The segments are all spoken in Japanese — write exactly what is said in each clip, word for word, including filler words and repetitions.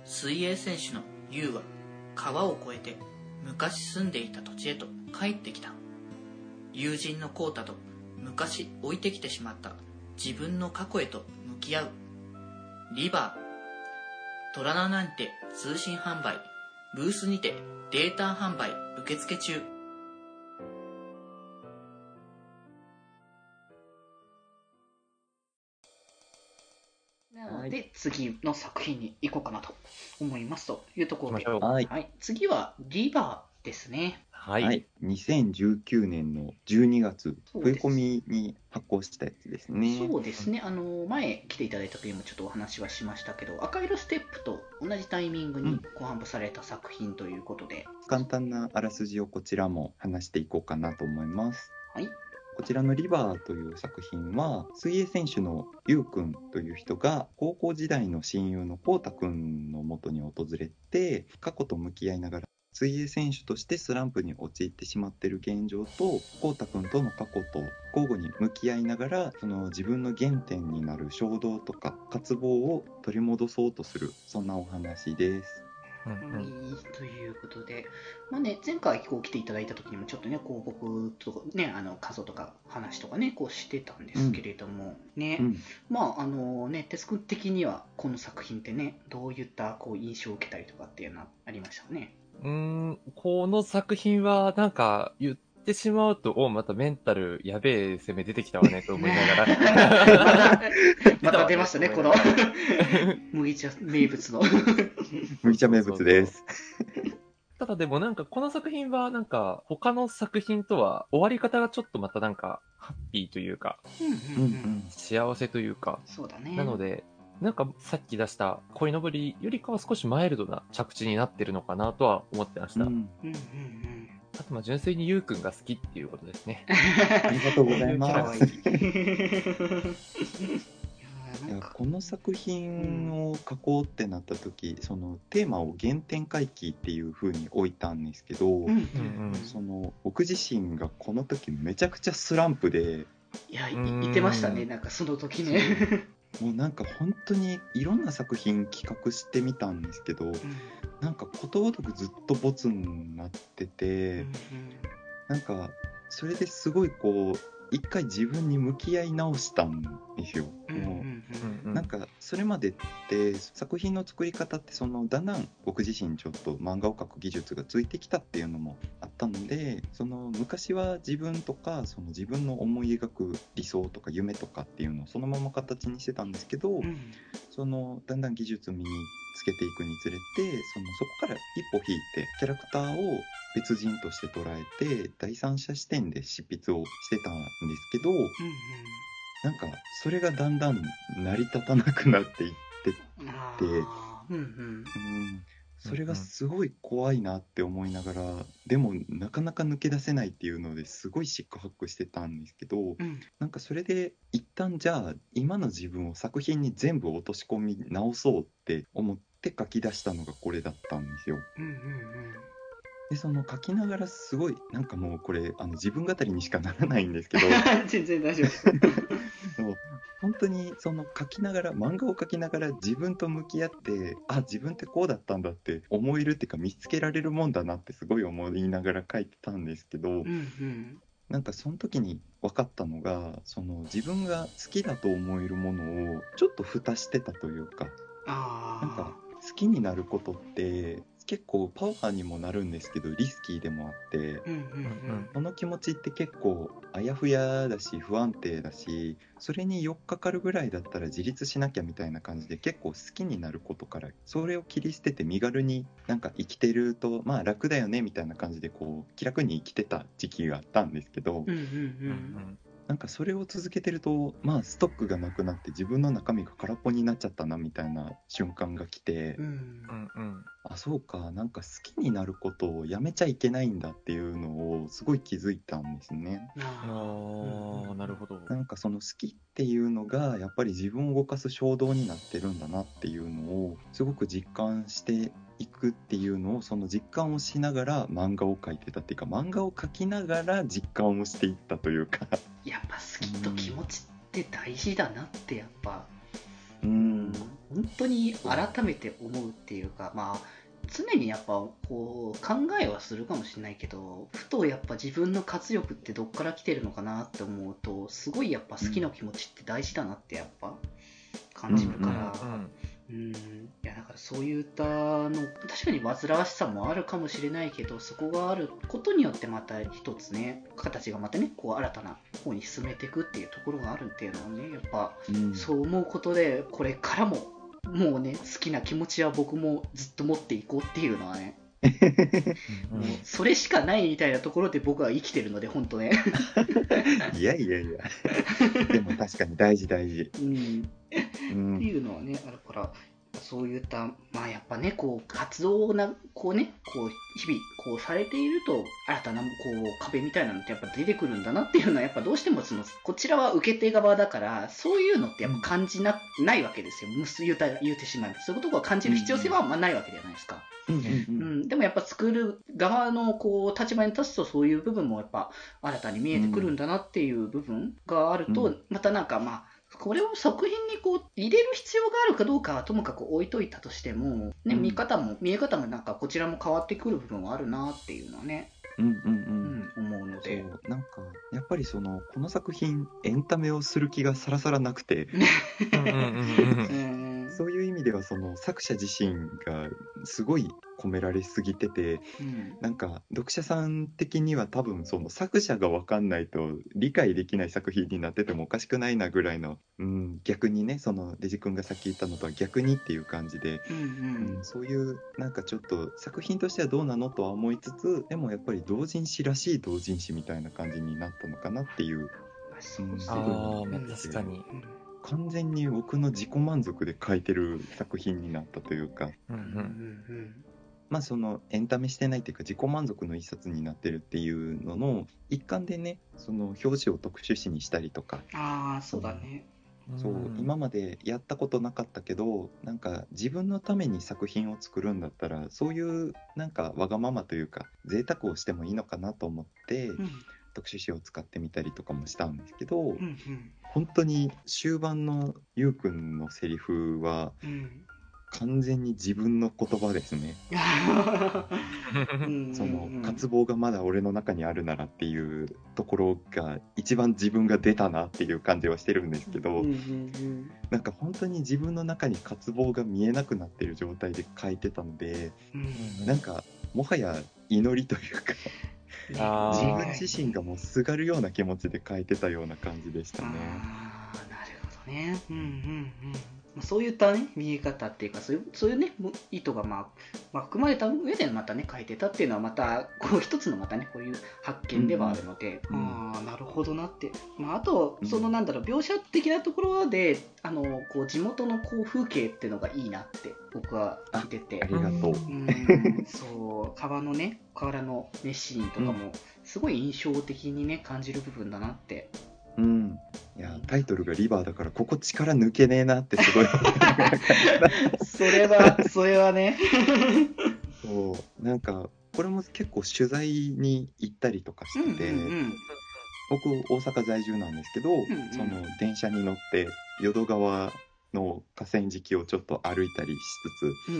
水泳選手のユウは川を越えて昔住んでいた土地へと帰ってきた。友人のコウタと昔置いてきてしまった自分の過去へと向き合う。リバートラナなんて通信販売、ブースにてデータ販売受付中。なので次の作品に行こうかなと思いますというところで、 はい、 はい、次はリバーですね。 はい、はい、にせんじゅうきゅうねんのじゅうにがつ、冬コミに発行したやつですね。 そうですね、あの前来ていただいた時にもちょっとお話はしましたけど、赤色ステップと同じタイミングにご頒布された作品ということで、 うん、簡単なあらすじをこちらも話していこうかなと思います。 はい、 こちらのリバーという作品は、水泳選手のユウくんという人が高校時代の親友のコウタくんの元に訪れて、過去と向き合いながら水泳選手としてスランプに陥ってしまっている現状と、コウタくんとの過去と交互に向き合いながら、その自分の原点になる衝動とか渇望を取り戻そうとする、そんなお話です。 うんうん、ということで、まあね、前回こう来ていただいた時にもちょっとね、広告とかね、あの画像とか話とかね、こうしてたんですけれども、うん、ね、うん、まああのね、テス君的にはこの作品ってね、どういったこう印象を受けたりとかっていうのはありましたね。 うーん、この作品はなんか言ってしまうと、おまたメンタルやべえ攻め出てきたわねと思いながらまたまた出ましたね、この麦茶名物の麦茶名物です。 ただでもなんかこの作品はなんか他の作品とは終わり方がちょっとまたなんかハッピーというか、 うんうんうん、 幸せというか、 そうだね。 なのでなんかさっき出した恋のぼりよりかは少しマイルドな着地になってるのかなとは思ってました。うんうんうん、あとまあ純粋にゆうくんが好きっていうことですね。 ありがとうございます。いやこの作品を書こうってなった時、うん、そのテーマを原点回帰っていう風に置いたんですけど、うんうんうん、その僕自身がこの時めちゃくちゃスランプで、 いや言ってましたね、なんかその時ねもうなんか本当にいろんな作品企画してみたんですけど、うん、なんかことごとくずっとボツになってて、うんうん、なんかそれですごいこう一回自分に向き合い直したんですよ。もうなんかそれまでって作品の作り方ってそのだんだん僕自身ちょっと漫画を描く技術がついてきたっていうのもあったので、その昔は自分とかその自分の思い描く理想とか夢とかっていうのをそのまま形にしてたんですけど、うん、そのだんだん技術身につけていくにつれてそのそこから一歩引いてキャラクターを別人として捉えて第三者視点で執筆をしてたんですけど、うんうん、なんかそれがだんだん成り立たなくなっていってって、うんうんうん、それがすごい怖いなって思いながら、でもなかなか抜け出せないっていうのですごいシックハックしてたんですけど、うん、なんかそれで一旦じゃあ今の自分を作品に全部落とし込み直そうって思って書き出したのがこれだったんですよ。うんうんうん、でその書きながらすごいなんかもうこれあの自分語りにしかならないんですけど全然大丈夫もう本当にその書きながら漫画を描きながら自分と向き合ってあ自分ってこうだったんだって思えるっていうか見つけられるもんだなってすごい思いながら書いてたんですけど、うんうん、なんかその時に分かったのがその自分が好きだと思えるものをちょっと蓋してたというか、あなんか好きになることって結構パワーにもなるんですけどリスキーでもあって、うんうんうん、その気持ちって結構あやふやだし不安定だしそれに寄っかかるぐらいだったら自立しなきゃみたいな感じで結構好きになることからそれを切り捨てて身軽になんか生きてるとまあ楽だよねみたいな感じでこう気楽に生きてた時期があったんですけど、うんうんうんなんかそれを続けてるとまあストックがなくなって自分の中身が空っぽになっちゃったなみたいな瞬間が来て、うんうん、あそうかなんか好きになることをやめちゃいけないんだっていうのをすごい気づいたんですね。 ああなるほど。 なんかその好きっていうのがやっぱり自分を動かす衝動になってるんだなっていうのをすごく実感していくっていうのをその実感をしながら漫画を描いてたっていうか漫画を描きながら実感をしていったというかやっぱ好きと気持ちって大事だなってやっぱ、 うん、 本当に改めて思うっていうか、まあ常にやっぱこう考えはするかもしれないけど、ふとやっぱ自分の活力ってどっから来てるのかなって思うと、すごいやっぱ好きな気持ちって大事だなってやっぱ感じるから、うん、うん、いやだからそういったの確かに煩わしさもあるかもしれないけど、そこがあることによってまた一つね、形がまたねこう新たな方に進めていくっていうところがあるっていうのはね、やっぱそう思うことでこれからももうね、好きな気持ちは僕もずっと持っていこうっていうのはね、もうそれしかないみたいなところで僕は生きてるので、本当ね。 いやいやいや、でも確かに大事大事。 うん、うん、っていうのはね、あるから、そういった、まあやっぱね、こう活動な、こうね、こう日々こうされていると、新たなこう壁みたいなのってやっぱ出てくるんだなっていうのは、やっぱどうしてもそのこちらは受け手側だから、そういうのってやっぱ感じな、うん、ないわけですよ。言うた言うてしまう。そういうことを感じる必要性はまあないわけじゃないですか。うんうんうん、でもやっぱ作る側のこう立場に立つと、そういう部分もやっぱ新たに見えてくるんだなっていう部分があると、うん、またなんかまあこれを作品にこう入れる必要があるかどうかはともかく置いといたとしても、ね、見方も見え方もなんかこちらも変わってくる部分はあるなっていうのはね、 うんうんうんうん、思うので、 そうなんかやっぱりそのこの作品エンタメをする気がさらさらなくてそういう意味ではその作者自身がすごい込められすぎてて、うん、なんか読者さん的には多分その作者が分かんないと理解できない作品になっててもおかしくないなぐらいの、うん、逆にね、そのデジ君がさっき言ったのとは逆にっていう感じで、うんうんうん、そういうなんかちょっと作品としてはどうなのとは思いつつ、でもやっぱり同人誌らしい同人誌みたいな感じになったのかなっていう、 うん、ああ、確かに完全に僕の自己満足で書いてる作品になったというか、 うんうん、 まあそのエンタメしてないっていうか自己満足の一冊になってるっていうのの一環でね、その表紙を特殊紙にしたりとか、 ああそうだね、 そう、うん、今までやったことなかったけど、なんか自分のために作品を作るんだったらそういうなんかわがままというか贅沢をしてもいいのかなと思って、うん、特殊紙を使ってみたりとかもしたんですけど、うんうん、本当に終盤のゆうくんのセリフは、うん、完全に自分の言葉ですね。その渇望がまだ俺の中にあるならっていうところが一番自分が出たなっていう感じはしてるんですけど、なんか本当に自分の中に渇望が見えなくなってる状態で書いてたので、なんかもはや祈りというか自分自身がもうすがるような気持ちで書いてたような感じでしたね。 あー、なるほどね。うんうんうん。そういったね、見え方っていうか、そういう、そういうね、意図が、まあ、まあ、含まれた上でまたね、書いてたっていうのは、また、こう、一つのまたね、こういう発見ではあるので、うん、ああ、なるほどなって。まあ、あと、その、なんだろう、描写的なところで、あの、こう、地元のこう風景っていうのがいいなって、僕は聞いてて。 あ, ありがとう。 うん、そう、川のね、河原のね、シーンとかも、すごい印象的にね、感じる部分だなって。 うん、いやタイトルがリバーだからここ力抜けねえなってすごいそれはそれはねそうなんかこれも結構取材に行ったりとかしてて、うんうんうん、僕大阪在住なんですけど、うんうん、その電車に乗って淀川の河川敷をちょっと歩いたりしつつ、うんうん、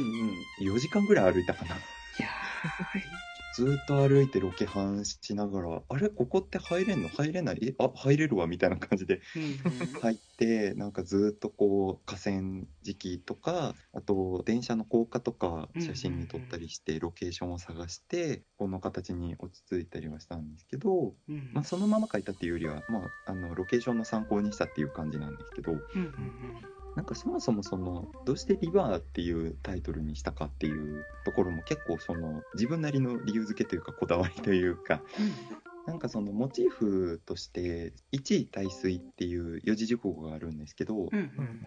よじかんぐらい歩いたかな。いやずっと歩いてロケハンしながら、あれここって入れんの入れないえあ入れるわみたいな感じで入ってなんかずっとこう河川敷とかあと電車の高架とか写真に撮ったりしてロケーションを探してこの形に落ち着いたりはしたんですけど、まあ、そのまま描いたっていうよりは、まあ、あのロケーションの参考にしたっていう感じなんですけど、なんかそもそもそのどうしてリバーっていうタイトルにしたかっていうところも結構その自分なりの理由付けというかこだわりというか、うん、なんかそのモチーフとして一位大水っていう四字熟語があるんですけど、うんうん、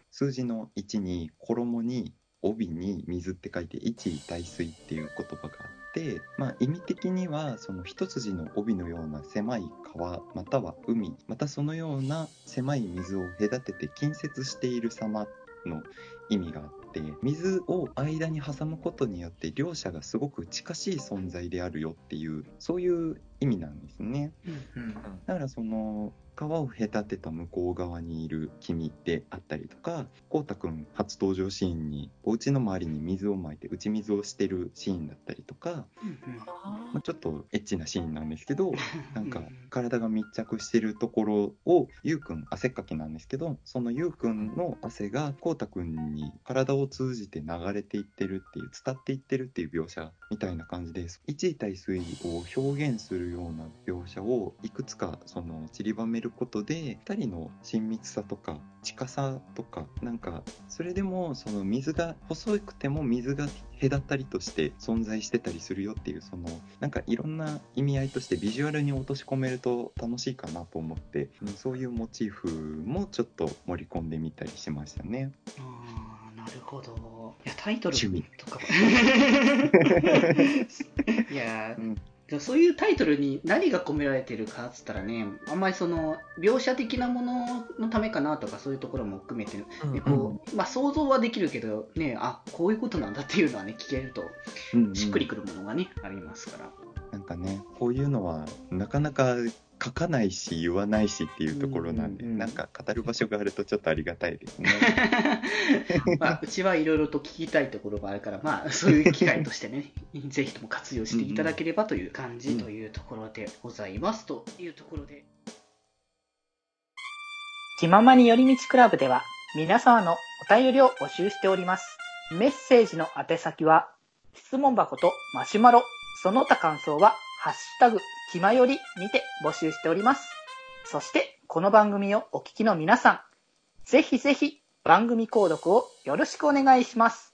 数字のいちに衣に帯に水って書いて一位大水っていう言葉があって、まあ、意味的にはその一筋の帯のような狭い川または海またそのような狭い水を隔てて近接している様の意味があって水を間に挟むことによって両者がすごく近しい存在であるよっていうそういう意味なんですね、うんうん、だからその川を隔てた向こう側にいる君であったりとか、こうたくん初登場シーンにお家の周りに水をまいて打ち水をしてるシーンだったりとか、まあ、ちょっとエッチなシーンなんですけど、なんか体が密着してるところをゆうくん汗っかきなんですけど、そのゆうくんの汗がこうたくんに体を通じて流れていってるっていう、伝っていってるっていう描写みたいな感じです。一位対水を表現するような描写をいくつかその散りばめることで、ふたりの親密さとか近さとか、なんかそれでもその水が細くても水が隔たりとして存在してたりするよっていう、そのなんかいろんな意味合いとしてビジュアルに落とし込めると楽しいかなと思って、そういうモチーフもちょっと盛り込んでみたりしましたね。 ああ、なるほど。いや、タイトルとかいや、うん、そういうタイトルに何が込められてるかっつったらね、あんまりその描写的なもののためかなとか、そういうところも含めて、うんうん、こうまあ、想像はできるけどね、あ、こういうことなんだっていうのはね、聞けるとしっくりくるものがね、うんうん、ありますから。 なんかね、こういうのはなかなか書かないし言わないしっていうところなんで、うんうんうん、なんか語る場所があるとちょっとありがたいですね。 まあ、うちはいろいろと聞きたいところがあるから、まあ、そういう機会としてね、ぜひとも活用していただければという感じというところでございます。というところで、 気ままに寄り道クラブでは皆様のお便りを募集しております。メッセージの宛先は質問箱とマシュマロ、その他感想はハッシュタグ気まよりにて募集しております。そしてこの番組をお聞きの皆さん、ぜひぜひ番組購読をよろしくお願いします。